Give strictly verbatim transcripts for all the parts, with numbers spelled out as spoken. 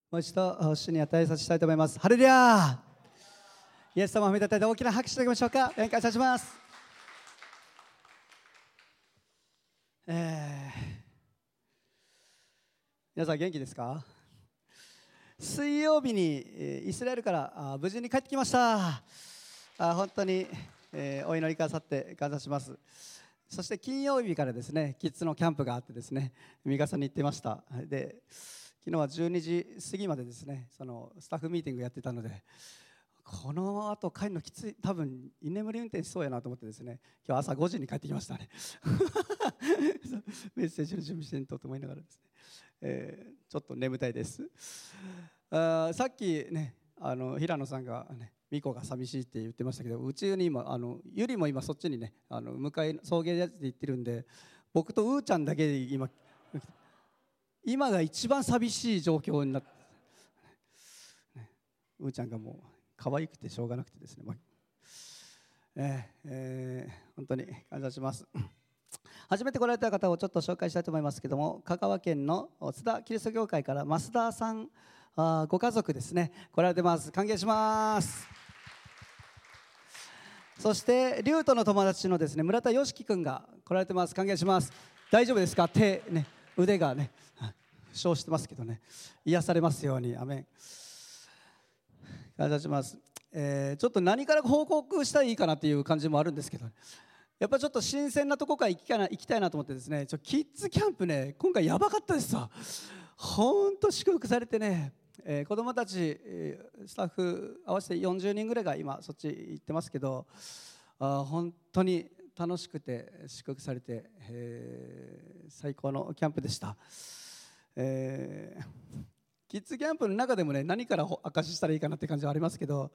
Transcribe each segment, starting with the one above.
もう一度主に与えさせたいと思います。ハレルヤー。イエス様を褒めたたいて大きな拍手いただきましょうか。お願いいたします。えー、皆さん元気ですか？水曜日にイスラエルから無事に帰ってきました。あ本当に、えー、お祈りくださって感謝します。そして金曜日からですね、キッズのキャンプがあってですね、三笠に行ってました。で昨日はじゅうにじ過ぎまでですね、そのスタッフミーティングやってたので、この後帰るのきつい、多分居眠り運転しそうやなと思ってですね、今日朝ごじに帰ってきましたねメッセージの準備してんとと思いながらですね、えー、ちょっと眠たいです。あさっきね、あの平野さんがね、ミコが寂しいって言ってましたけど、うちに今あのゆりも今そっちにね、あの迎え送迎やつで行ってるんで、僕とうーちゃんだけで今今が一番寂しい状況になって、ね、うーちゃんがもう可愛くてしょうがなくてですね、えーえー、本当に感謝します。初めて来られた方をちょっと紹介したいと思いますけども、香川県の津田キリスト教会から増田さんあご家族ですね、来られてます。歓迎します。そしてリュウトの友達のですね、村田よしき君が来られてます。歓迎します。大丈夫ですか？手ね、腕がね負傷してますけどね、癒されますように。アメン。感謝します。えー、ちょっと何から報告したらいいかなっていう感じもあるんですけど、やっぱちょっと新鮮なとこから行きたいな、行きたいなと思ってですね、ちょキッズキャンプね、今回やばかったですさ。ほんと祝福されてね、えー、子供たち、えー、スタッフ合わせてよんじゅうにんぐらいが今そっち行ってますけど、あ本当に楽しくて祝福されて、えー、最高のキャンプでした。えー、キッズキャンプの中でもね、何から証ししたらいいかなって感じはありますけど、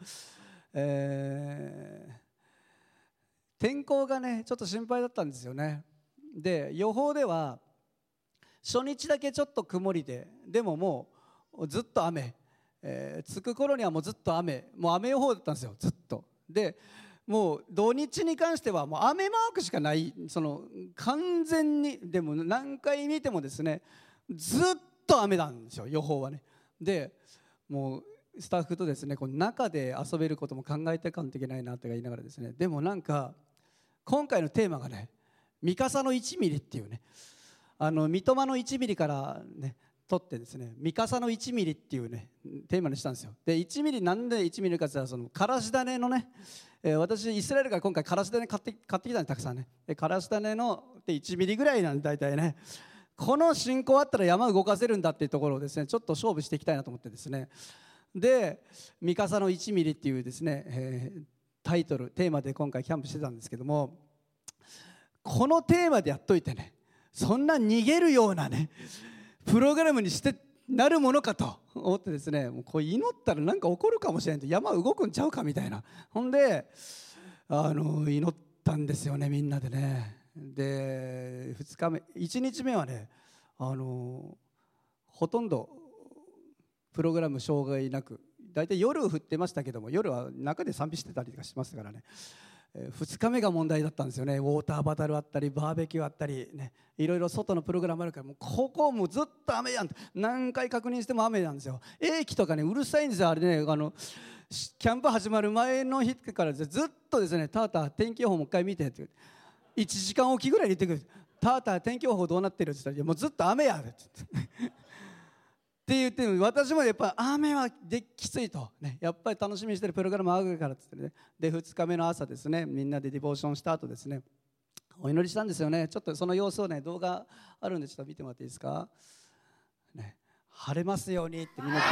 えー、天候がねちょっと心配だったんですよね。で予報では初日だけちょっと曇りで、でももうずっと雨、えー、着く頃にはもうずっと雨、もう雨予報だったんですよ、ずっと。でもう土日に関してはもう雨マークしかない、その完全に、でも何回見てもですね、ずっと雨なんですよ、予報はね。でもうスタッフとですね、この中で遊べることも考えていかんといけないなって言いながらですね、でもなんか今回のテーマがね、三笠のいちミリっていうね、あの三笘のいちミリからね取ってですね、三笠のいちミリっていうねテーマにしたんですよ。でいちミリなんでいちミリかって言ったら、そのからし種のね、えー、私イスラエルから今回からし種買って買ってきたんで、たくさんね。でからし種のでいちミリぐらいなんで大体ね、この信仰あったら山動かせるんだっていうところをですね、ちょっと勝負していきたいなと思ってですね、で三笠のいちミリっていうですね、えー、タイトルテーマで今回キャンプしてたんですけども、このテーマでやっといてね、そんな逃げるようなねプログラムにしてなるものかと思ってですね、もうこう祈ったらなんか起こるかもしれないと、山動くんちゃうかみたいな、ほんであの祈ったんですよね、みんなでね。でふつかめ、いちにちめはね、あのほとんどプログラム障害なく、大体夜降ってましたけども、夜は中で賛美してたりとかしますからね。ふつかめが問題だったんですよね。ウォーターバトルあったりバーベキューあったりね、いろいろ外のプログラムあるから、もうここもうずっと雨やんって何回確認しても雨なんですよ。駅とかねうるさいんですよ、あれね。あのキャンプ始まる前の日からずっとですね、ターター天気予報もう一回見てって言って、いちじかんおきぐらいに言ってくる。ターター天気予報どうなってるって言ったら、いやもうずっと雨やでってって言って、私もやっぱ雨はできついと、ね、やっぱり楽しみにしてるプログラムあるからって言ってね。でふつかめの朝ですね、みんなでディボーションした後ですね、お祈りしたんですよね。ちょっとその様子をね、動画あるんでちょっと見てもらっていいですか、ね、晴れますようにってみんなで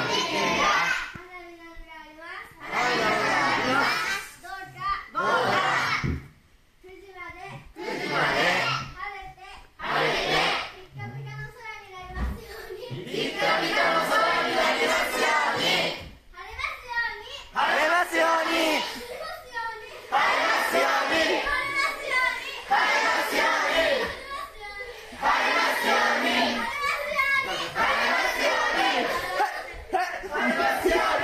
晴れますように。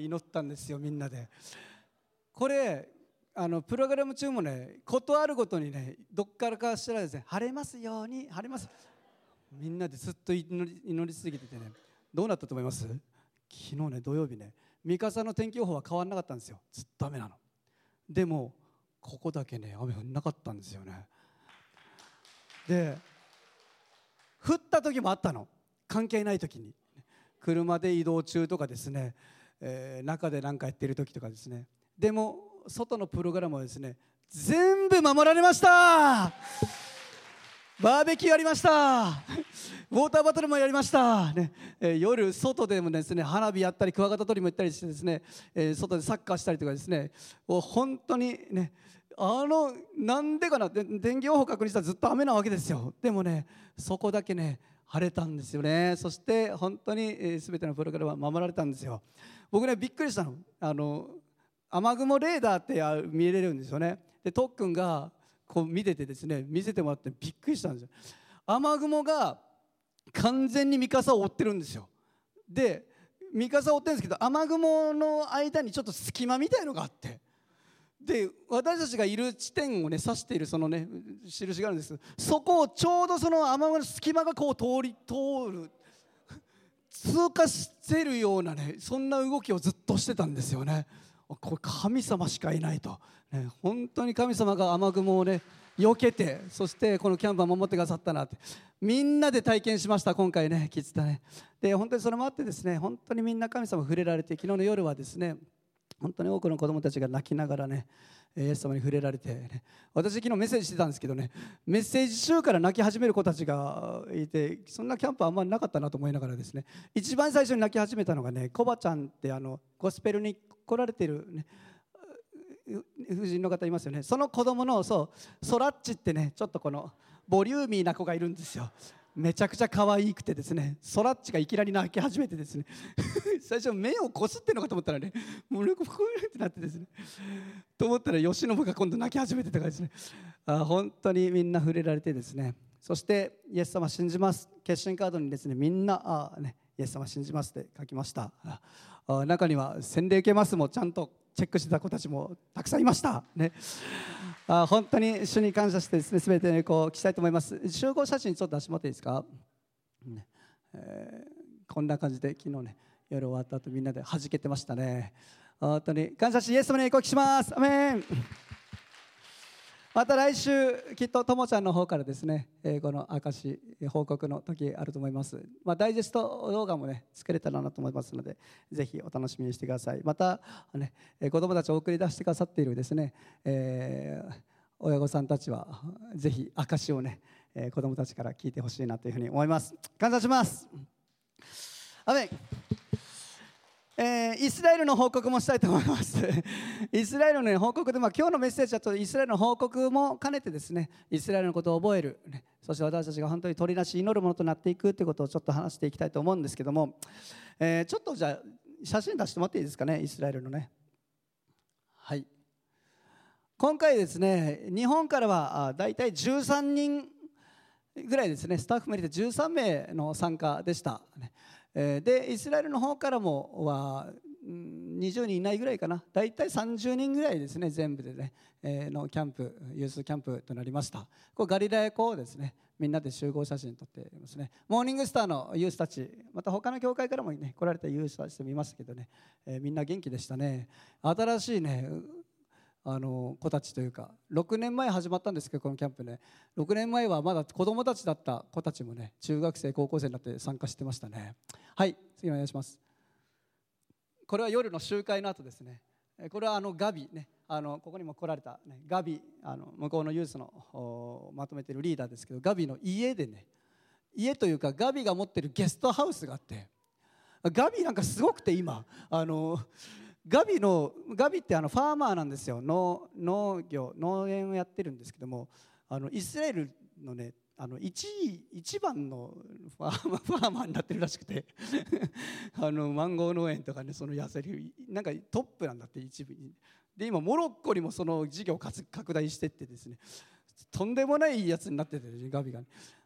祈ったんですよ、みんなで。これあのプログラム中もね、ことあるごとにね、どっからかしらですね、晴れますように、晴れます、みんなでずっと祈り、祈り続けててね、どうなったと思います？昨日ね、土曜日ね、三笠の天気予報は変わらなかったんですよ。ずっと雨なの。でもここだけね、雨降んなかったんですよね。で降った時もあったの、関係ない時に、車で移動中とかですね、えー、中で何かやってる時とかですね。でも外のプログラムはですね、全部守られました。バーベキューやりました。ウォーターバトルもやりました、ねえー、夜外でもですね、花火やったりクワガタ取りも行ったりしてですね、えー、外でサッカーしたりとかですね、もう本当にね、あのなんでかな、天気予報確認したらずっと雨なわけですよ。でもね、そこだけね晴れたんですよね。そして本当に、えー、全てのプログラムは守られたんですよ。僕ね、びっくりしたの、あの雨雲レーダーって見れるんですよね。で特訓がこう見ててですね、見せてもらってびっくりしたんですよ。雨雲が完全に三笠を追ってるんですよ。で三笠を追ってるんですけど、雨雲の間にちょっと隙間みたいのがあって、で私たちがいる地点をね指しているそのね印があるんです。そこをちょうどその雨雲の隙間がこう通り通る通過してるようなね、そんな動きをずっとしてたんですよね。これ神様しかいないと、ね、本当に神様が雨雲をね避けて、そしてこのキャンプを守ってくださったなってみんなで体験しました。今回ね、キッズだね。で本当にそれもあってですね、本当にみんな神様触れられて、昨日の夜はですね、本当に多くの子どもたちが泣きながらね、イエス様に触れられて、ね、私昨日メッセージしてたんですけどね、メッセージ中から泣き始める子たちがいて、そんなキャンプあんまりなかったなと思いながらですね、一番最初に泣き始めたのがね、コバちゃんってあのゴスペルに来られてる、ね、夫人の方いますよね。その子供のそうソラッチってね、ちょっとこのボリューミーな子がいるんですよ。めちゃくちゃ可愛くてですね、ソラッチがいきなり泣き始めてですね最初目をこすってるのかと思ったらね、もうなんかふーってなってですねと思ったら慶喜が今度泣き始めてとかですね、あ本当にみんな触れられてですね、そしてイエス様信じます決心カードにですね、みんなあ、ね、イエス様信じますって書きました。あ中には洗礼受けますもちゃんとチェックしてた子たちもたくさんいました、ね、あ本当に主に感謝してですね、全て、ね、こう来たいと思います。集合写真ちょっと出してもらっていいですか、ねえー、こんな感じで昨日ね夜終わった後みんなで弾けてましたね。本当に感謝しイエス様に栄光をします。アメン。また来週きっとともちゃんの方からですね、えー、この証報告の時あると思います。まあ、ダイジェスト動画もね作れたらなと思いますので、ぜひお楽しみにしてください。また、ね、子どもたちを送り出してくださっているですね、えー、親御さんたちはぜひ証をね、えー、子どもたちから聞いてほしいなというふうに思います。感謝します。アメン。えー、イスラエルの報告もしたいと思いますイスラエルの、ね、報告で、まあ、今日のメッセージだとイスラエルの報告も兼ねてですね、イスラエルのことを覚える、ね、そして私たちが本当に取りなし祈るものとなっていくということをちょっと話していきたいと思うんですけども、えー、ちょっとじゃあ写真出してもらっていいですかね、イスラエルのね。はい、今回ですね、日本からはだいたいじゅうさんにんぐらいですね、スタッフも入れてじゅうさんめいの参加でした、ね。でイスラエルの方からもはにじゅうにんいないぐらいかな、だいたいさんじゅうにんぐらいですね、全部でね、えー、のキャンプ、ユースキャンプとなりました。これガリラヤ湖をですね、みんなで集合写真撮っていますね。モーニングスターのユースたち、また他の教会からもね来られたユースたち見ましたけどね、えー、みんな元気でしたね。新しいねあの子たちというか、ろくねんまえ始まったんですけど、このキャンプね、ろくねんまえはまだ子供たちだった子たちもね、中学生高校生になって参加してましたね。はい、次お願いします。これは夜の集会の後ですね。これはあのガビね、あのここにも来られた、ね、ガビ、あの向こうのユースのまとめているリーダーですけど、ガビの家でね、家というかガビが持っているゲストハウスがあって、ガビなんかすごくて、今あのガビのガビってあのファーマーなんですよ。 農, 農業農園をやってるんですけども、あのイスラエルのねあの 1, 一番のファーマーファーマーになってるらしくてあのマンゴー農園とかね、その野菜なんかトップなんだって、一部で今モロッコにもその事業を拡大してってですね、とんでもないやつになってて、ね、ガビが、ね、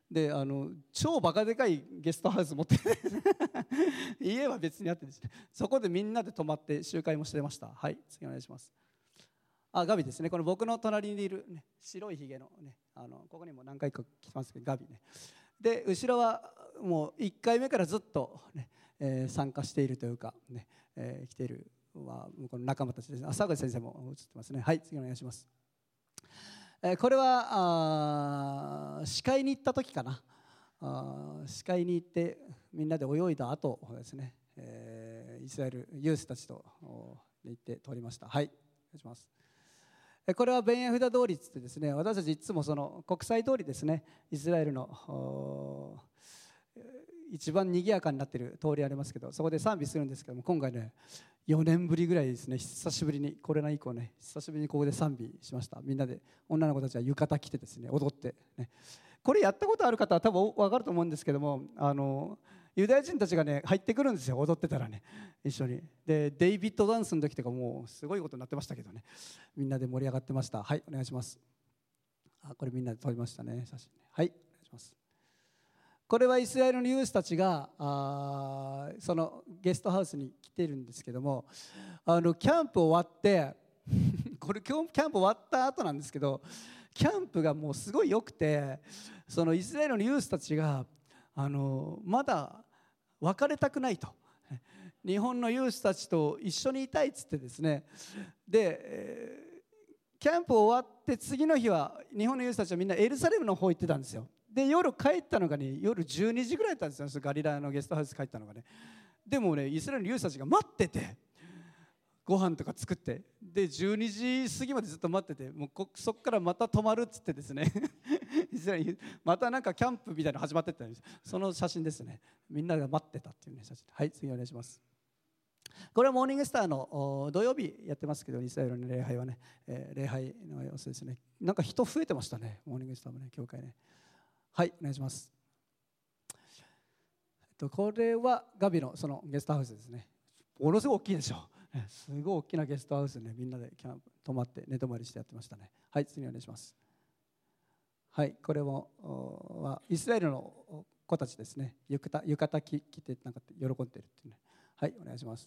であの超バカでかいゲストハウス持って家は別にあってですね、そこでみんなで泊まって集会もしてました。はい、次お願いします。あ、ガビですね。この僕の隣にいる、ね、白いひげのね、あのここにも何回か来てますけど、ガビね。で後ろはもういっかいめからずっと、ねえー、参加しているというか、ねえー、来ているはこの仲間たちですね。浅口先生も映ってますね。はい、次お願いします。えー、これはあ司会に行った時かな。あ司会に行ってみんなで泳いだ後ですね、えー、イスラエルユースたちと行って通りました。はい、お願いします。これはベンエフダ通りってってですね、私たちいつもその国際通りですね、イスラエルの一番賑やかになっている通りありますけど、そこで賛美するんですけども、今回ねよねんぶりぐらいですね、久しぶりにコロナ以降ね、久しぶりにここで賛美しました。みんなで女の子たちは浴衣着てですね踊ってね、これやったことある方は多分分かると思うんですけども、あのユダヤ人たちがね入ってくるんですよ、踊ってたらね、一緒に。でデイビッドダンスの時とかもうすごいことになってましたけどね、みんなで盛り上がってました。はい、お願いします。あ、これみんなで撮りましたね、写真ね。はい、お願いします。これはイスラエルのユースたちがあそのゲストハウスに来てるんですけども、あのキャンプ終わってこれ今日キャンプ終わった後なんですけど、キャンプがもうすごい良くて、そのイスラエルのユースたちがあのまだ別れたくないと、日本のユースたちと一緒にいたいっつってですね、で、えー、キャンプ終わって次の日は日本のユースたちはみんなエルサレムの方行ってたんですよ。で夜帰ったのがね夜じゅうにじぐらいだったんですよ、ガリラのゲストハウス帰ったのがね。でもねイスラエルのユースたちが待ってて、ご飯とか作って、でじゅうにじ過ぎまでずっと待ってて、もうこそこからまた泊まるっつってですねまたなんかキャンプみたいなの始まってったんです。その写真ですね。みんなが待ってたっていう、ね、写真。はい、次お願いします。これはモーニングスターの土曜日やってますけど、イスラエルの礼拝はね、えー、礼拝の様子ですね。なんか人増えてましたね、モーニングスターもね、教会ね。はい、お願いします。えっと、これはガビのそのゲストハウスですね。ものすごい大きいでしょ。すごい大きなゲストハウスで、ね、みんなでキャンプ泊まって寝泊まりしてやってましたね。はい、次お願いします。はい、これもはイスラエルの子たちですね。浴衣、浴衣着てなんか喜んでるっていうね。はい、お願いします。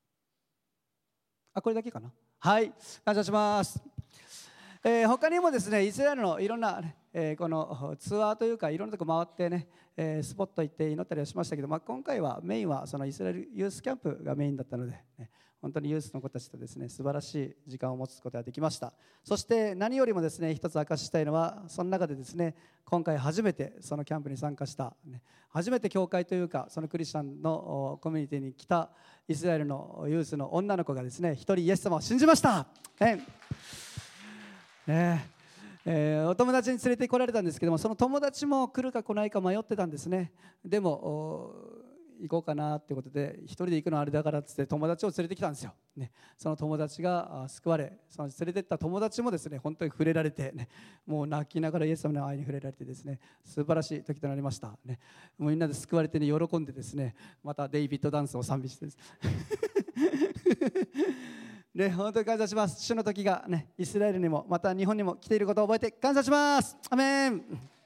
あ、これだけかな。はい、感謝します。えー、他にもですね、イスラエルのいろんな、ねえー、このツアーというかいろんなとこ回ってね、えー、スポット行って祈ったりはしましたけど、まあ、今回はメインはそのイスラエルユースキャンプがメインだったので、ね、本当にユースの子たちとですね素晴らしい時間を持つことができました。そして何よりもですね一つ明かししたいのは、その中でですね今回初めてそのキャンプに参加した、ね、初めて教会というかそのクリスチャンのコミュニティに来たイスラエルのユースの女の子がですね一人イエス様を信じました。ねねえー、お友達に連れてこられたんですけども、その友達も来るか来ないか迷ってたんですね。でも行こうかなってことで、一人で行くのはあれだからっつって友達を連れてきたんですよ、ね、その友達が救われ、その連れてった友達もですね本当に触れられて、ね、もう泣きながらイエス様の愛に触れられてですね素晴らしい時となりました、ね、もうみんなで救われて、ね、喜んでですねまたデイビッドダンスを賛美してですね、本当に感謝します。主の時が、ね、イスラエルにもまた日本にも来ていることを覚えて感謝します。アメン。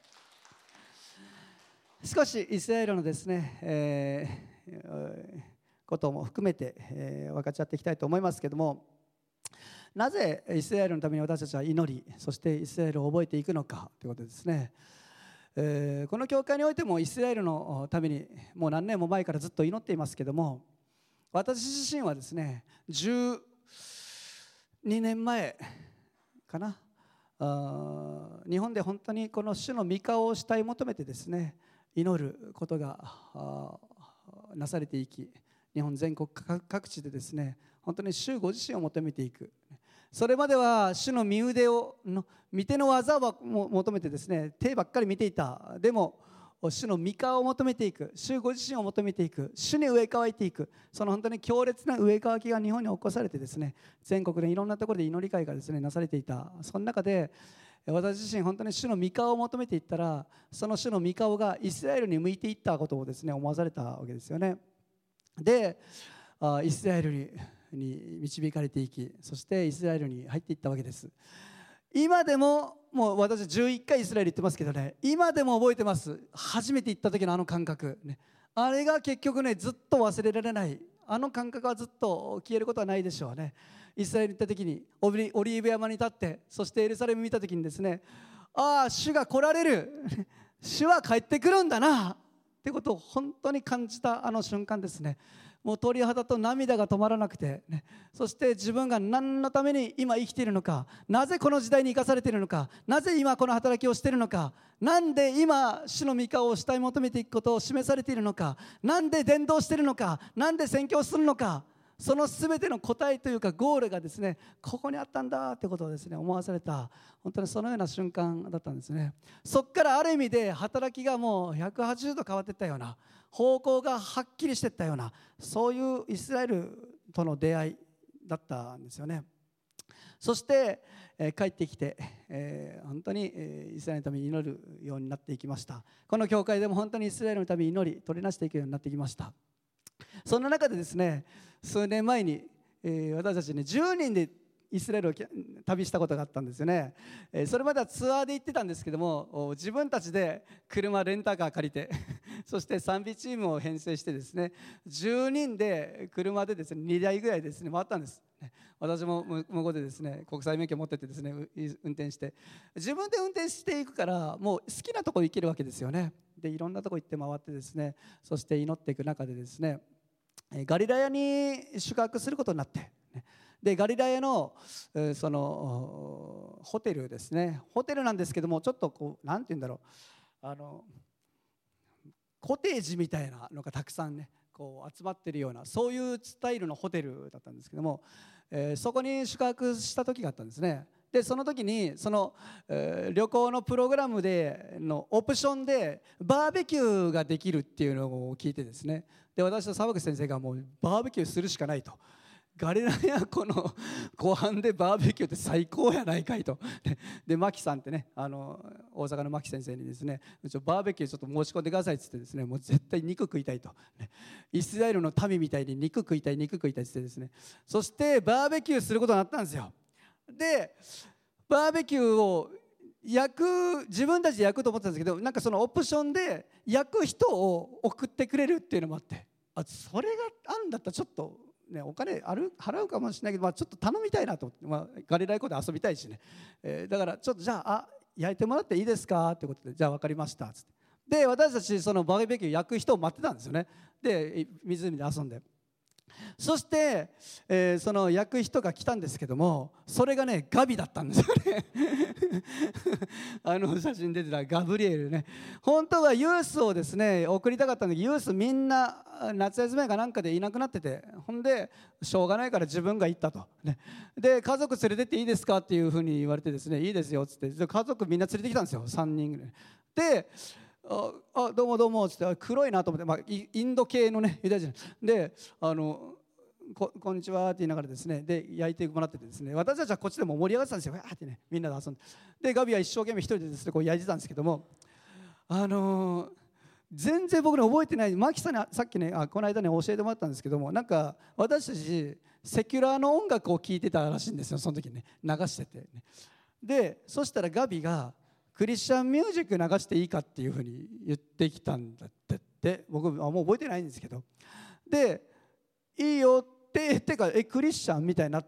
少しイスラエルのですね、えー、ことも含めて、えー、分かち合っていきたいと思いますけれども、なぜイスラエルのために私たちは祈り、そしてイスラエルを覚えていくのかということですね。えー、この教会においてもイスラエルのためにもう何年も前からずっと祈っていますけれども、私自身はですねじゅうにねんまえかな、あ日本で本当にこの主の御顔を慕い求めてですね祈ることがなされていき、日本全国各地でですね本当に主ご自身を求めていく。それまでは主の御腕をの御手の技を求めてですね手ばっかり見ていた。でも主の御顔を求めていく、主ご自身を求めていく、主に植え替えていく、その本当に強烈な植え替えが日本に起こされてですね全国でいろんなところで祈り会がですねなされていた。その中で私自身本当に主の御顔を求めていったら、その主の御顔がイスラエルに向いていったことをですね思わされたわけですよね。でイスラエルに導かれていき、そしてイスラエルに入っていったわけです。 今でも、もう私じゅういっかいイスラエル行ってますけどね、今でも覚えてます。初めて行った時のあの感覚、ね、あれが結局ねずっと忘れられない。あの感覚はずっと消えることはないでしょうね。イスラエルに行った時にオリオリーブ山に立って、そしてエルサレム見た時にですね、ああ主が来られる主は帰ってくるんだなってことを本当に感じたあの瞬間ですね。もう鳥肌と涙が止まらなくて、ね、そして自分が何のために今生きているのか、なぜこの時代に生かされているのか、なぜ今この働きをしているのか、なんで今主の御顔を慕い求めていくことを示されているのか、なんで伝道しているのか、なんで宣教するのか、その全ての答えというかゴールがですね、ここにあったんだってことをですね思わされた、本当にそのような瞬間だったんですね。そこからある意味で働きがもうひゃくはちじゅうど変わっていったような、方向がはっきりしていったような、そういうイスラエルとの出会いだったんですよね。そして、えー、帰ってきて、えー、本当に、えー、イスラエルのために祈るようになっていきました。この教会でも本当にイスラエルのために祈り取りなしていくようになってきました。そんな中でですね、数年前に、えー、私たちねじゅうにんでイスラエルを旅したことがあったんですよね。えー、それまではツアーで行ってたんですけども、自分たちで車レンタカー借りてそして賛美チームを編成してですね、じゅうにんで車でですねにだいぐらいですね回ったんです。私も向こうでですね国際免許持っててですね運転して、自分で運転していくからもう好きなところ行けるわけですよね。でいろんなとこ行って回ってですね、そして祈っていく中でですね、ガリラヤに宿泊することになって、でガリラヤのそのホテルですね、ホテルなんですけども、ちょっとこうなんて言うんだろう、あのコテージみたいなのがたくさんねこう集まってるような、そういうスタイルのホテルだったんですけども、えー、そこに宿泊した時があったんですね。でその時にその、えー、旅行のプログラムでのオプションでバーベキューができるっていうのを聞いてですね、で私と沢口先生がもうバーベキューするしかないと、ガリラヤ湖の湖畔でバーベキューって最高やないかいと。でマキさんってね、あの大阪のマキ先生にですね、ちょバーベキューちょっと申し込んでくださいっつってですね、もう絶対肉食いたいと、イスラエルの民みたいに肉食いたい肉食いたいっつってですね、そしてバーベキューすることになったんですよ。でバーベキューを焼く、自分たちで焼くと思ってたんですけど、なんかそのオプションで焼く人を送ってくれるっていうのもあって、あそれがあるんだったらちょっとね、お金ある払うかもしれないけど、まあ、ちょっと頼みたいなと思って、まあ、ガリラヤ湖で遊びたいしね、えー、だからちょっとじゃあ、あ焼いてもらっていいですかってことで、じゃあ分かりましたっつって、で私たちそのバーベキュー焼く人を待ってたんですよね。で湖で遊んで、そして、えー、その焼く人が来たんですけども、それがねガビだったんですよねあの写真出てたガブリエルね、本当はユースをですね送りたかったんだけど、ユースみんな夏休みかなんかでいなくなってて、ほんでしょうがないから自分が行ったと、ね、で家族連れてっていいですかっていうふうに言われてですね、いいですよっつって、で家族みんな連れてきたんですよ、さんにんぐらいで、ああどうもどうもっつって、黒いなと思って、まあ、インド系のねユダヤ人で、あのこ, こんにちはって言いながらですね、で焼いてもらっててですね、私たちはこっちでも盛り上がってたんですよ、わーってね、みんなで遊んで、でガビは一生懸命一人でですねこう焼いてたんですけども、あのー、全然僕ね覚えてない。マキさんにさっきねあこの間ね教えてもらったんですけども、なんか私たちセキュラーの音楽を聴いてたらしいんですよ、その時にね流してて、ね、でそしたらガビがクリスチャンミュージック流していいかっていうふうに言ってきたんだってって、僕はもう覚えてないんですけど、でいいよって言ってからえクリスチャンみたいになって、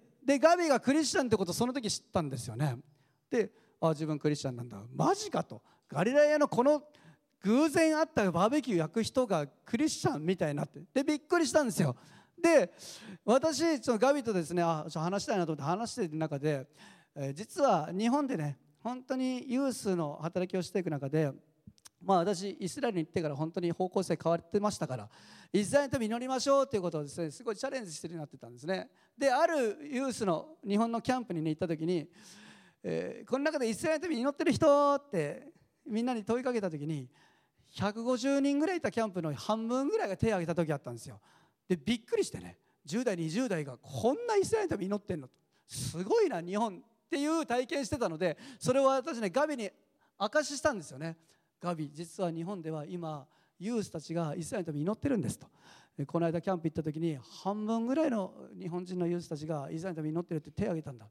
でガビがクリスチャンってことをその時知ったんですよね。であ自分クリスチャンなんだ、マジかと、ガリラヤのこの偶然会ったバーベキュー焼く人がクリスチャンみたいになって、でびっくりしたんですよ。で私そのガビとですねあちょ話したいなと思って話している中で、えー、実は日本でね本当にユースの働きをしていく中で、まあ、私イスラエルに行ってから本当に方向性変わってましたから、イスラエルのために祈りましょうということをですねすごいチャレンジしてるようになってたんですね。であるユースの日本のキャンプに、ね、行った時に、えー、この中でイスラエルのために祈ってる人ってみんなに問いかけた時にひゃくごじゅうにんぐらいいたキャンプの半分ぐらいが手を挙げた時あったんですよ。でびっくりしてね、じゅう代にじゅう代がこんなイスラエルのために祈ってんのと、すごいな日本っていう体験してたので、それを私ねガビに明かししたんですよね。ガビ実は日本では今ユースたちがイスラエルのために祈ってるんですと。この間キャンプ行った時に半分ぐらいの日本人のユースたちがイスラエルのために祈ってるって手を挙げたんだ。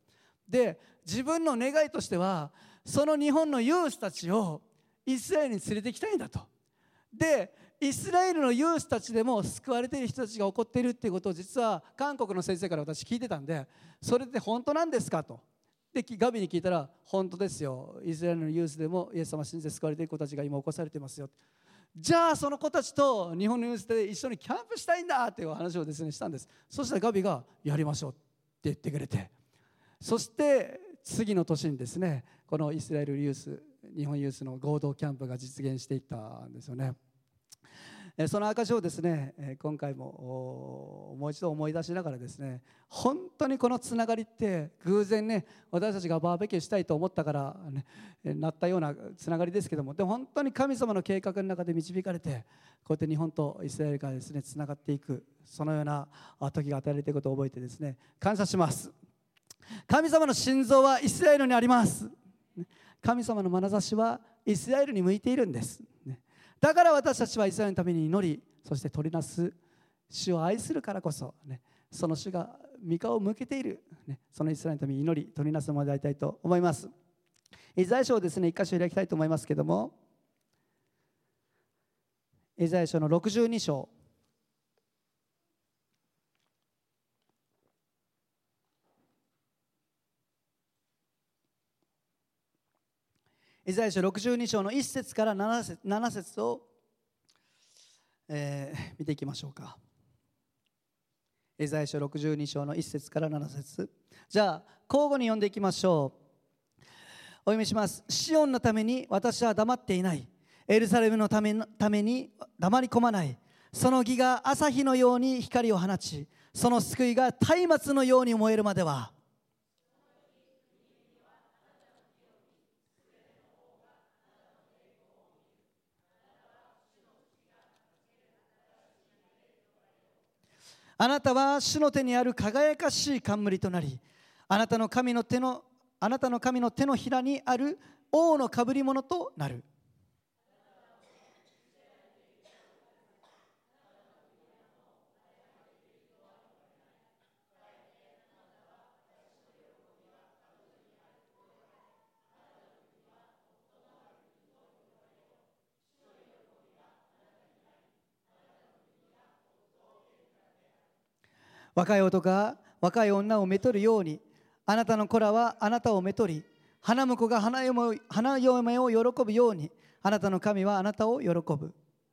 で、自分の願いとしてはその日本のユースたちをイスラエルに連れて行きたいんだと。で、イスラエルのユースたちでも救われている人たちが起こっているっていうことを実は韓国の先生から私聞いてたんで、それって本当なんですかと。で、ガビに聞いたら、本当ですよ、イスラエルのユースでもイエス様を信じて救われている子たちが今起こされてますよ。じゃあその子たちと日本のユースで一緒にキャンプしたいんだっていう話をですねしたんです。そしたらガビがやりましょうって言ってくれて、そして次の年にですね、このイスラエルユース、日本ユースの合同キャンプが実現していったんですよね。その証をですね、今回ももう一度思い出しながらですね、本当にこのつながりって偶然ね、私たちがバーベキューしたいと思ったから、ね、なったようなつながりですけども、でも本当に神様の計画の中で導かれて、こうやって日本とイスラエルがですねつながっていく、そのような時が与えられていることを覚えてですね、感謝します。神様の心臓はイスラエルにあります。神様の眼差しはイスラエルに向いているんです。だから私たちはイスラエルのために祈り、そして取りなす主を愛するからこそ、ね、その主が御顔を向けている、ね、そのイスラエルのために祈り取りなすものでありたいと思います。イザヤ書をですね一箇所開きたいと思いますけども、イザヤ書のろくじゅうに章、イザヤ書ろくじゅうに章のいっ節からなな節、なな節を、えー、見ていきましょうか。イザヤ書ろくじゅうに章のいっ節からなな節、じゃあ交互に読んでいきましょう。お読みします。シオンのために私は黙っていない、エルサレムのためのために黙り込まない。その義が朝日のように光を放ち、その救いが松明のように燃えるまでは、あなたは主の手にある輝かしい冠となり、あなたの神の手のあなたの神の手のひらにある王の被り物となる。若い男が若い女をめとるように、あなたの子らはあなたをめとり、花婿が花嫁、花嫁を喜ぶように、あなたの神はあなたを喜ぶ。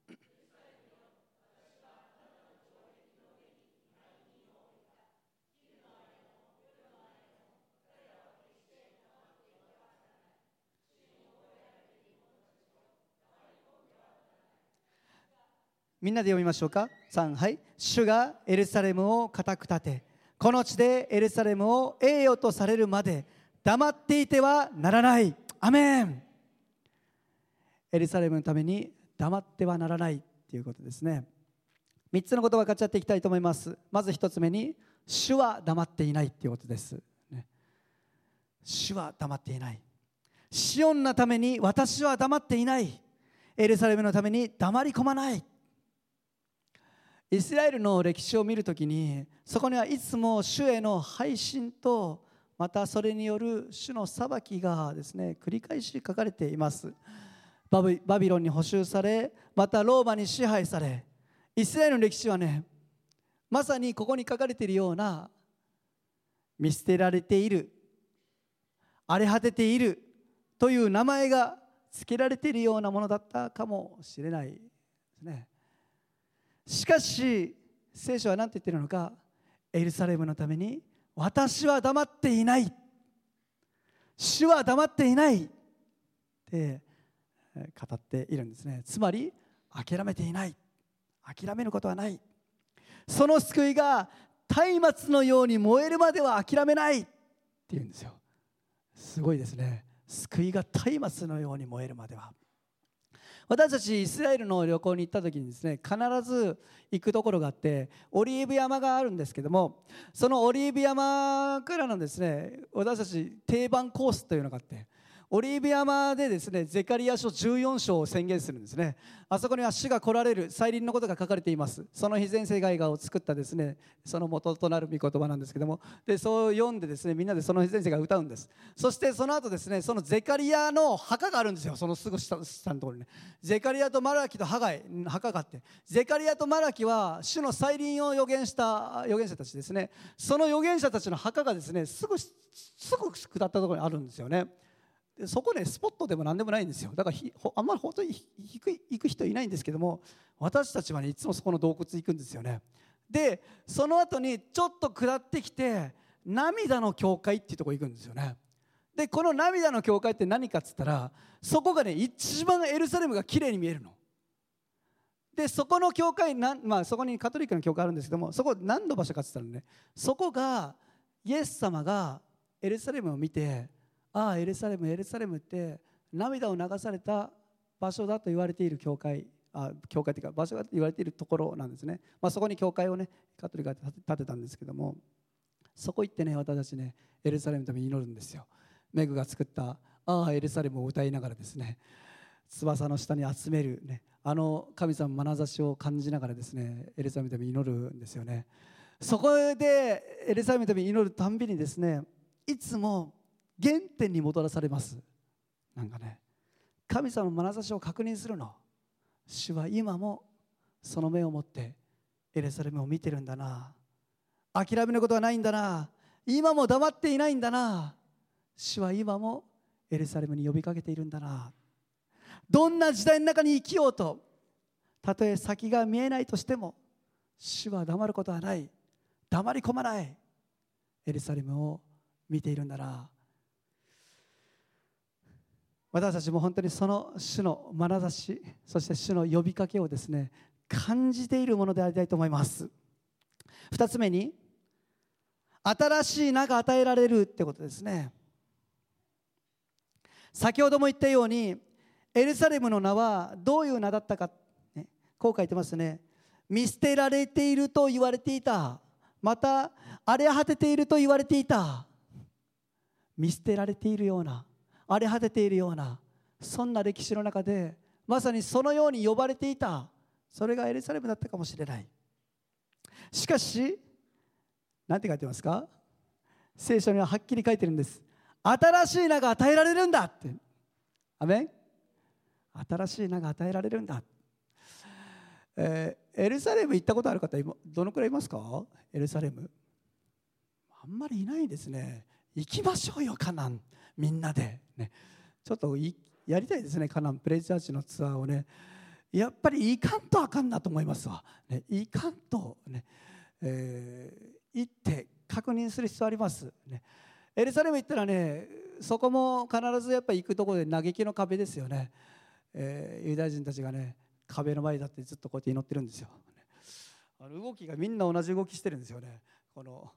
みんなで読みましょうか。さん、はい。主がエルサレムを固く立て、この地でエルサレムを栄誉とされるまで黙っていてはならない。アメン。エルサレムのために黙ってはならないということですね。みっつのことを分かっちゃっていきたいと思います。まずひとつめに、主は黙っていないということです、ね、主は黙っていない。シオンのために私は黙っていない。エルサレムのために黙り込まない。イスラエルの歴史を見るときに、そこにはいつも主への背信と、またそれによる主の裁きがですね繰り返し書かれています。バビ、バビロンに捕囚され、またローマに支配され、イスラエルの歴史はね、まさにここに書かれているような、見捨てられている、荒れ果てているという名前が付けられているようなものだったかもしれないですね。しかし聖書は何て言っているのか。エルサレムのために私は黙っていない、主は黙っていないって語っているんですね。つまり諦めていない、諦めることはない。その救いが松明のように燃えるまでは諦めないっていうんですよ。すごいですね。救いが松明のように燃えるまでは。私たちイスラエルの旅行に行った時にですね、必ず行くところがあって、オリーブ山があるんですけども、そのオリーブ山からのですね、私たち定番コースというのがあって、 オリーブ山でですね、ゼカリヤ書じゅうよん章を宣言するんですね。あそこには主が来られる再臨のことが書かれています。その非全世界画を作ったですね、その元となる御言葉なんですけども、でそう読んでですね、みんなでその非全世界を歌うんです。そしてその後ですね、そのゼカリヤの墓があるんですよ。そのすぐ下下のところにね、ゼカリヤとマラキとハガイ墓があって、ゼカリヤとマラキは主の再臨を予言した預言者たちですね。その預言者たちの墓がですね、すぐすぐ下ったところにあるんですよね。でそこね、スポットでも何でもないんですよ。だからひあんまり本当に行く行く人いないんですけども、私たちはね、いつもそこの洞窟行くんですよね。でその後にちょっと下ってきて、涙の教会っていうところ行くんですよね。でこの涙の教会って何かっつったら、そこがね、一番エルサレムが綺麗に見えるので、そこの教会なん、まあ、そこにカトリックの教会あるんですけども、そこ何の場所かっつったらね、そこがイエス様がエルサレムを見て、ああエルサレムエルサレムって涙を流された場所だと言われている教会、あ教会というか場所だと言われているところなんですね。まあ、そこに教会をね、カトリックが建てたんですけども、そこ行ってね、私たちね、エルサレムのために祈るんですよ。メグが作ったああエルサレムを歌いながらですね、翼の下に集める、ね、あの神様の眼差しを感じながらですね、エルサレムのために祈るんですよね。そこでエルサレムのために祈るたんびにですね、いつも原点に戻らされます。なんかね、神様の眼差しを確認するの。主は今もその目を持ってエルサレムを見てるんだな、諦めることはないんだな、今も黙っていないんだな、主は今もエルサレムに呼びかけているんだな。どんな時代の中に生きようと、たとえ先が見えないとしても、主は黙ることはない、黙り込まない、エルサレムを見ているんだな。私たちも本当にその主の眼差し、そして主の呼びかけをですね、感じているものでありたいと思います。二つ目に、新しい名が与えられるってことですね。先ほども言ったように、エルサレムの名はどういう名だったか、ね、こう書いてますね。見捨てられていると言われていた、また荒れ果てていると言われていた。見捨てられているような、荒れ果てているような、そんな歴史の中でまさにそのように呼ばれていた、それがエルサレムだったかもしれない。しかし何て書いてますか？聖書にははっきり書いてるんです。新しい名が与えられるんだって。アメン。新しい名が与えられるんだ。えー、エルサレム行ったことある方今どのくらいいますか？エルサレムあんまりいないですね。行きましょうよ、カナン、みんなで、ね、ちょっといやりたいですね、カナンプレイチャーチのツアーをね。やっぱり行かんとあかんなと思いますわ、ね、行かんと、ねえー、行って確認する必要あります、ね。エルサレム行ったらね、そこも必ずやっぱり行くところで嘆きの壁ですよね。えー、ユダヤ人たちがね、壁の前に立ってずっとこうやって祈ってるんですよ。あの動きがみんな同じ動きしてるんですよね。この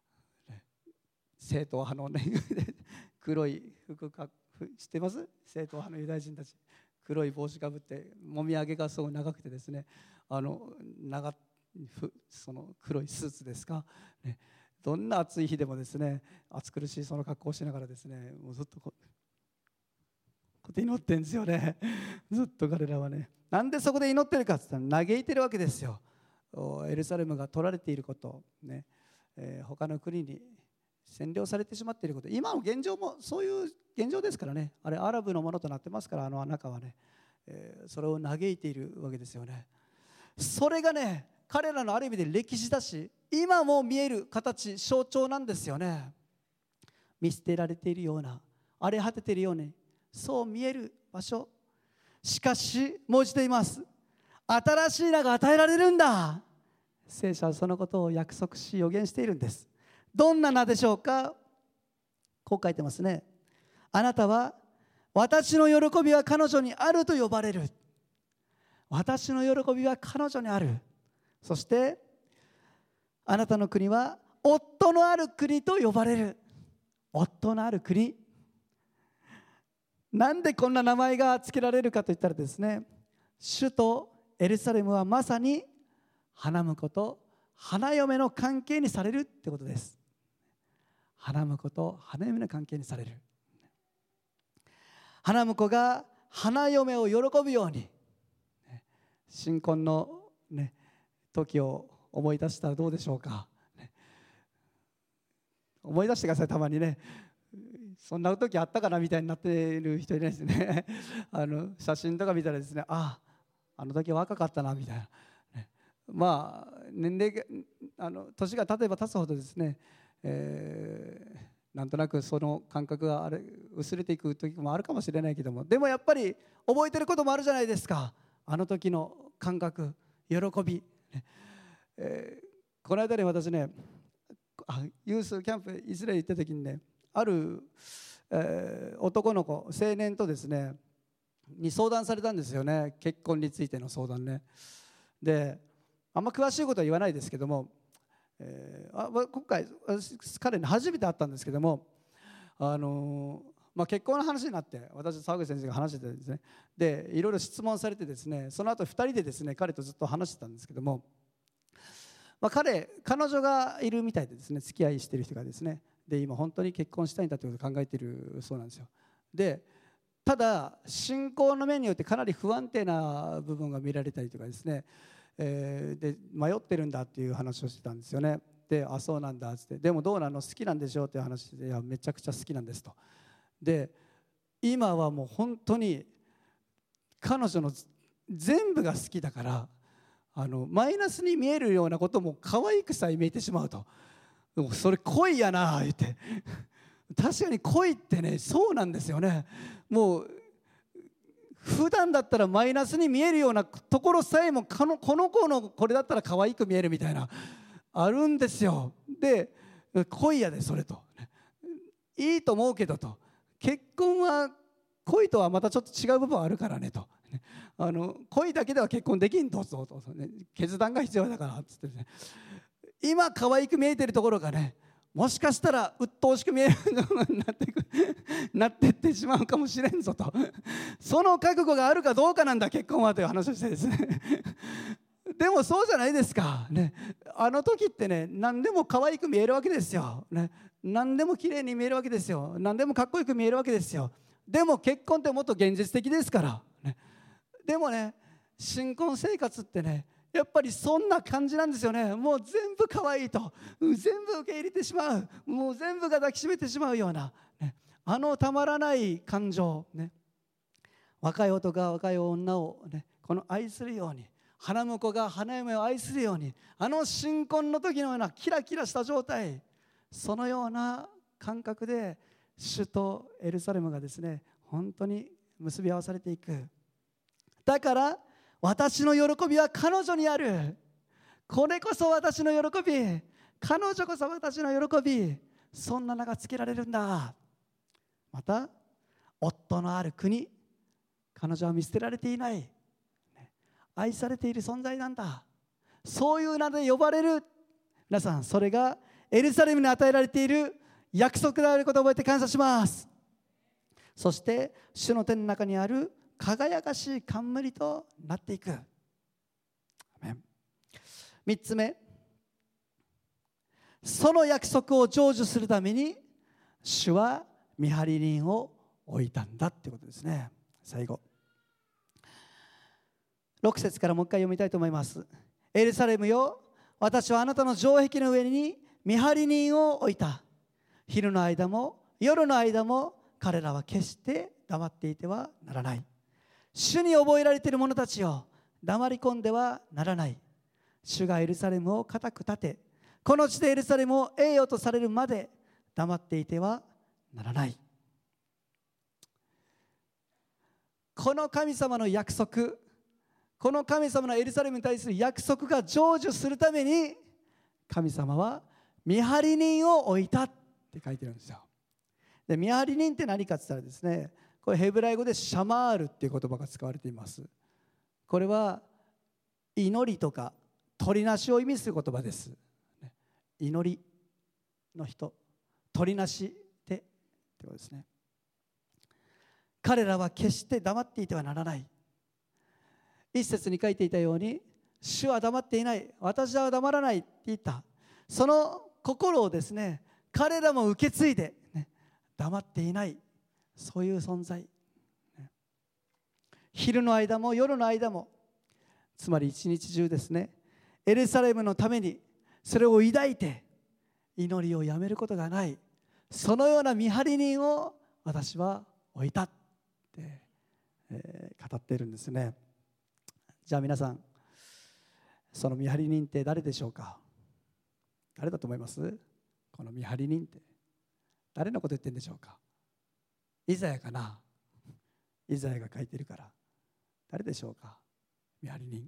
正統派のね黒い服か知ってます？正統派のユダヤ人たち、黒い帽子かぶってもみあげがすごい長くてですね、あの長その黒いスーツですか、ね、どんな暑い日でもですね、暑苦しいその格好をしながらですね、もうずっとこうこうやって祈ってるんですよね。ずっと彼らはね、なんでそこで祈ってるかって言ったら嘆いてるわけですよ。エルサレムが取られていることね、えー、他の国に占領されてしまっていること、今の現状もそういう現状ですからね。あれアラブのものとなってますから、あの中はね、えー、それを嘆いているわけですよね。それがね、彼らのある意味で歴史だし、今も見える形、象徴なんですよね。見捨てられているような、荒れ果てているように、そう見える場所。しかしもう一度言います。新しい名が与えられるんだ。聖書はそのことを約束し予言しているんです。どんな名でしょうか？こう書いてますね。あなたは私の喜びは彼女にあると呼ばれる。私の喜びは彼女にある。そしてあなたの国は夫のある国と呼ばれる。夫のある国。なんでこんな名前が付けられるかといったらですね、首都エルサレムはまさに花婿と花嫁の関係にされるってことです。花婿と花嫁の関係にされる。 花婿が花嫁を喜ぶように、新婚の、ね、時を思い出したらどうでしょうか。思い出してください。たまにね、そんな時あったかなみたいになっている人いないですね。あの写真とか見たらですね、ああの時若かったなみたいな、ね、まあ年齢があの年が経てば経つほどですね、えー、なんとなくその感覚があれ薄れていく時もあるかもしれないけども、でもやっぱり覚えてることもあるじゃないですか。あの時の感覚、喜び、ねえー、この間ね、私ね、ユースキャンプイスラエル行った時にね、ある、えー、男の子青年とですねに相談されたんですよね。結婚についての相談ね。で、あんま詳しいことは言わないですけども、えー、あ今回私彼に初めて会ったんですけども、あのーまあ、結婚の話になって、私と沢口先生が話しててですね、でいろいろ質問されてですね、その後ふたりでですね彼とずっと話してたんですけども、まあ、彼彼女がいるみたいでですね、付き合いしてる人がですね、で今本当に結婚したいんだということを考えているそうなんですよ。でただ信仰の面によってかなり不安定な部分が見られたりとかですね、えー、で迷ってるんだっていう話をしてたんですよね。で、あ、そうなんだっつって、でもどうなの、好きなんでしょうっていう話で、いやめちゃくちゃ好きなんですと。で今はもう本当に彼女の全部が好きだから、あのマイナスに見えるようなことも可愛くさえ見えてしまうと。でもそれ恋やな言って確かに恋ってね、そうなんですよね。もう普段だったらマイナスに見えるようなところさえも、このこの子のこれだったら可愛く見えるみたいなあるんですよ。で恋やでそれと、いいと思うけどと、結婚は恋とはまたちょっと違う部分あるからねと、あの恋だけでは結婚できんとぞと、ね、決断が必要だからっつってね、今可愛く見えてるところがね、もしかしたら鬱陶しく見えるようになっていくなっていってしまうかもしれんぞと、その覚悟があるかどうかなんだ結婚はという話をしてですねでもそうじゃないですか、ね、あの時ってね、何でも可愛く見えるわけですよ、ね、何でも綺麗に見えるわけですよ、何でもかっこよく見えるわけですよ。でも結婚ってもっと現実的ですから、ね、でもね、新婚生活ってね、やっぱりそんな感じなんですよね。もう全部可愛いと、全部受け入れてしまう、もう全部が抱きしめてしまうような、ね、あのたまらない感情、ね、若い男が若い女を、ね、この愛するように、花婿が花嫁を愛するように、あの新婚の時のようなキラキラした状態、そのような感覚で首都エルサレムがですね、本当に結び合わされていく。だから私の喜びは彼女にある。これこそ私の喜び、彼女こそ私の喜び、そんな名がつけられるんだ。また夫のある国、彼女は見捨てられていない、愛されている存在なんだ。そういう名で呼ばれる。皆さん、それがエルサレムに与えられている約束であることを覚えて感謝します。そして主の手の中にある輝かしい冠となっていく。みっつめ、その約束を成就するために主は見張り人を置いたんだってことですね。最後ろく節からもう一回読みたいと思います。エルサレムよ、私はあなたの城壁の上に見張り人を置いた。昼の間も夜の間も彼らは決して黙っていてはならない。主に覚えられている者たちよ、黙り込んではならない。主がエルサレムを固く立て、この地でエルサレムを栄誉とされるまで黙っていてはならない。この神様の約束、この神様のエルサレムに対する約束が成就するために、神様は見張り人を置いたって書いてるんですよ。で、見張り人って何かって言ったらですね、これヘブライ語でシャマールっていう言葉が使われています。これは祈りとか取りなしを意味する言葉です。祈りの人、取りなし手ってことですね。彼らは決して黙っていてはならない。一節に書いていたように、主は黙っていない、私は黙らないって言った。その心をですね、彼らも受け継いで、ね、黙っていない、そういう存在。 昼の間も夜の間も、つまり一日中ですね、エルサレムのためにそれを抱いて祈りをやめることがない、そのような見張り人を私は置いたって、えー、語っているんですね。じゃあ皆さん、その見張り人って誰でしょうか？誰だと思います？この見張り人って誰のこと言ってるんでしょうか？イザヤかな？イザヤが書いてるから。誰でしょうか？見張り人。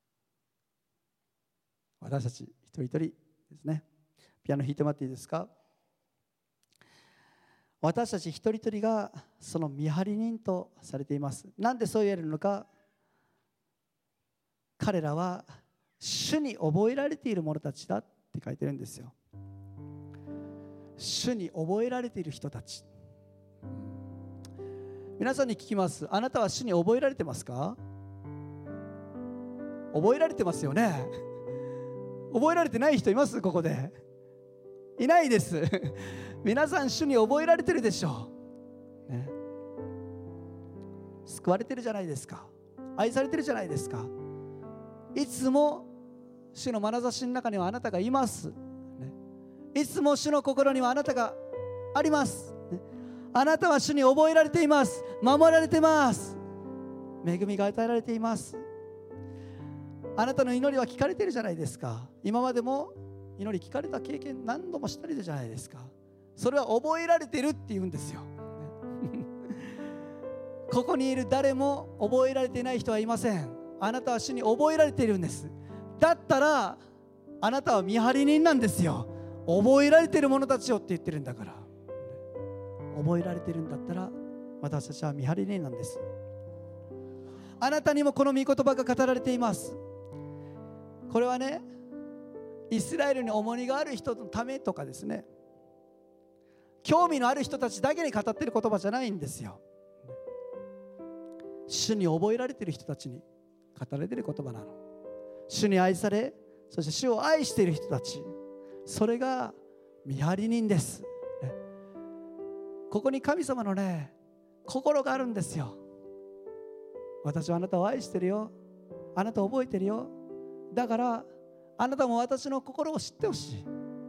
私たち一人一人ですね。ピアノ弾いてもらっていいですか？私たち一人一人がその見張り人とされています。なんでそう言えるのか。彼らは主に覚えられている者たちだって書いてるんですよ。主に覚えられている人たち。皆さんに聞きます。あなたは主に覚えられてますか？覚えられてますよね。覚えられてない人います？ここでいないです皆さん主に覚えられてるでしょう、ね、救われてるじゃないですか。愛されてるじゃないですか。いつも主の眼差しの中にはあなたがいます、ね、いつも主の心にはあなたがあります、ね、あなたは主に覚えられています。守られています。恵みが与えられています。あなたの祈りは聞かれているじゃないですか。今までも祈り聞かれた経験何度もしてるじゃないですか。それは覚えられているって言うんですよここにいる誰も覚えられていない人はいません。あなたは主に覚えられているんです。だったらあなたは見張り人なんですよ。覚えられている者たちよって言ってるんだから。覚えられているんだったら私たちは見張り人なんです。あなたにもこの御言葉が語られています。これはね、イスラエルに重荷がある人のためとかですね、興味のある人たちだけに語っている言葉じゃないんですよ。主に覚えられている人たちに語られている言葉なの。主に愛され、そして主を愛している人たち、それが見張り人です、ね、ここに神様のね、心があるんですよ。私はあなたを愛してるよ、あなたを覚えてるよ、だからあなたも私の心を知ってほしい。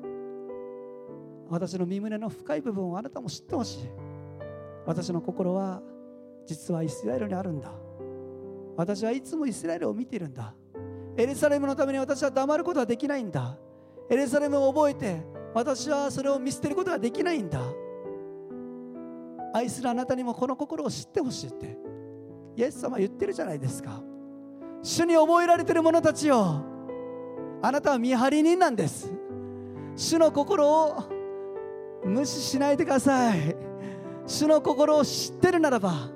私の身胸の深い部分をあなたも知ってほしい。私の心は実はイスラエルにあるんだ。私はいつもイスラエルを見ているんだ。エルサレムのために私は黙ることはできないんだ。エルサレムを覚えて私はそれを見捨てることができないんだ。愛するあなたにもこの心を知ってほしいってイエス様は言ってるじゃないですか。主に覚えられている者たちよ、あなたは見張り人なんです。主の心を無視しないでください。主の心を知ってるならば、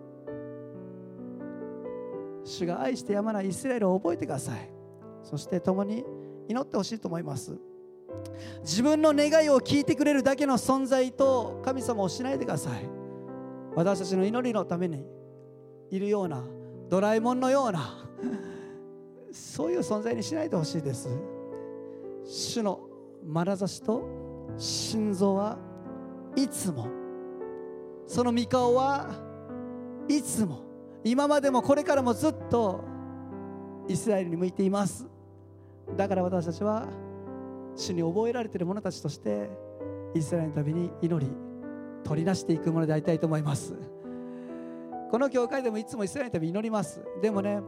主が愛してやまないイスラエルを覚えてください。そして共に祈ってほしいと思います。自分の願いを聞いてくれるだけの存在と神様をしないでください。私たちの祈りのためにいるようなドラえもんのようなそういう存在にしないでほしいです。主の眼差しと心臓はいつも、その御顔はいつも、今までもこれからもずっとイスラエルに向いています。だから私たちは主に覚えられている者たちとしてイスラエルのために祈り取りなしていくものでありたいと思います。この教会でもいつもイスラエルのために祈ります。でもね、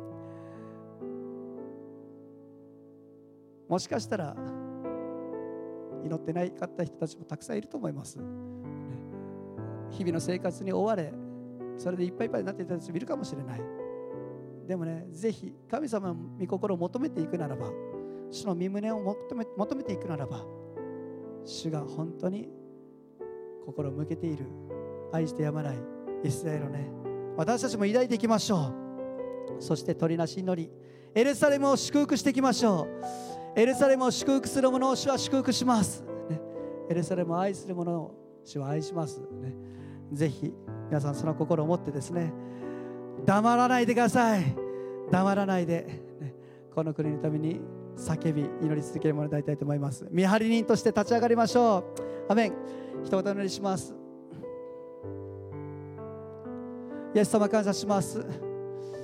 もしかしたら祈ってないかった人たちもたくさんいると思います。日々の生活に追われ、それでいっぱいいっぱいになっていた人たちもいるかもしれない。でもね、ぜひ神様の御心を求めていくならば、主の御胸を求め、求めていくならば、主が本当に心を向けている、愛してやまないイスラエルをね、私たちも抱いていきましょう。そして取りなし祈り、エルサレムを祝福していきましょう。エルサレムを祝福する者を主は祝福します、ね、エルサレムを愛する者を主は愛します、ね、ぜひ皆さんその心を持ってですね、黙らないでください。黙らないで、ね、この国のために叫び祈り続けるものになりたいと思います。見張り人として立ち上がりましょう。アメン。一言お祈りします。イエス様感謝します。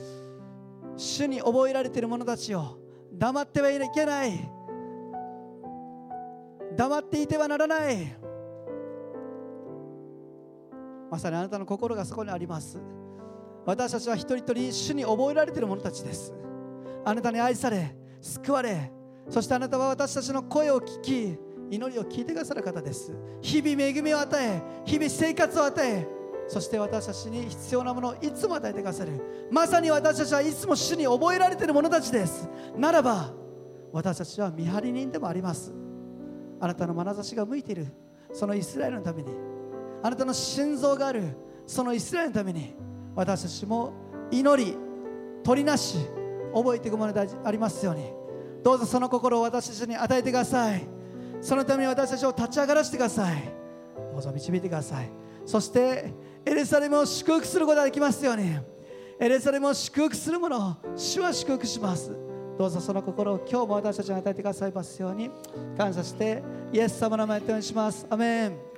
主に覚えられている者たちを黙ってはいけない、黙っていてはならない。まさにあなたの心がそこにあります。私たちは一人一人主に覚えられている者たちです。あなたに愛され救われ、そしてあなたは私たちの声を聞き、祈りを聞いてくださる方です。日々恵みを与え、日々生活を与え、そして私たちに必要なものをいつも与えてくださる。まさに私たちはいつも主に覚えられている者たちです。ならば私たちは見張り人でもあります。あなたの眼差しが向いているそのイスラエルのために、あなたの心臓があるそのイスラエルのために、私たちも祈り取りなし覚えていくものでありますように、どうぞその心を私たちに与えてください。そのために私たちを立ち上がらせてください。どうぞ導いてください。そしてエルサレムを祝福することができますように、エルサレムを祝福するものを主は祝福します。どうぞその心を今日も私たちに与えてくださいますように感謝してイエス様の名前でお願いします。アメン。